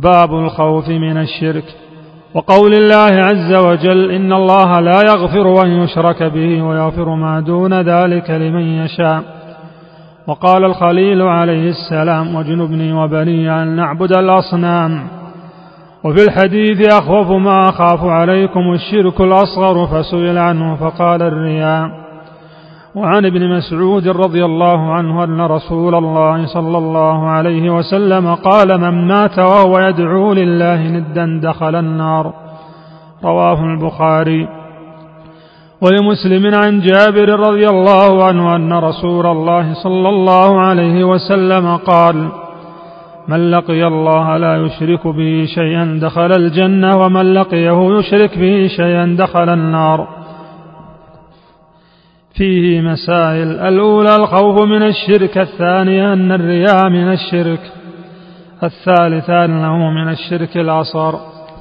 باب الخوف من الشرك. وقول الله عز وجل: إن الله لا يغفر أن يشرك به ويغفر ما دون ذلك لمن يشاء. وقال الخليل عليه السلام: واجنبني وبني أن نعبد الأصنام. وفي الحديث: أخوف ما أخاف عليكم الشرك الأصغر، فسئل عنه فقال: الرياء. وعن ابن مسعود رضي الله عنه أن رسول الله صلى الله عليه وسلم قال: من مات وهو يدعو لله ندا دخل النار. رواه البخاري. ولمسلم عن جابر رضي الله عنه أن رسول الله صلى الله عليه وسلم قال: من لقي الله لا يشرك به شيئا دخل الجنة، ومن لقيه يشرك به شيئا دخل النار. فيه مسائل: الأولى الخوف من الشرك، الثانية أن الرياء من الشرك، الثالثة أنه من الشرك الأصغر،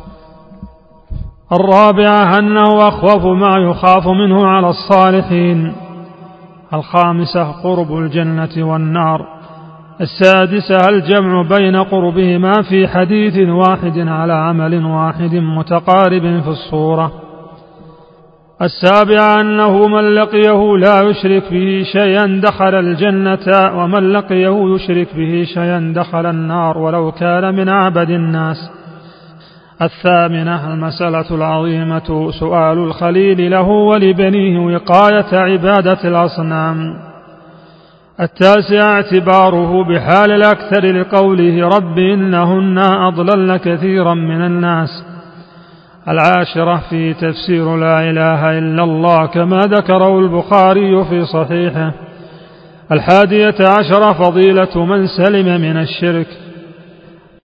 الرابعة أنه أخوف ما يخاف منه على الصالحين، الخامسة قرب الجنة والنار، السادسة الجمع بين قربهما في حديث واحد على عمل واحد متقارب في الصورة، السابعة أنه من لقيه لا يشرك به شيئا دخل الجنة، ومن لقيه يشرك به شيئا دخل النار ولو كان من أعبد الناس، الثامنة المسألة العظيمة سؤال الخليل له ولبنيه وقاية عبادة الأصنام، التاسع اعتباره بحال الأكثر لقوله: رب إنهن أضللن كثيرا من الناس، العاشرة في تفسير لا إله إلا الله كما ذكره البخاري في صحيحه، 11 فضيلة من سلم من الشرك،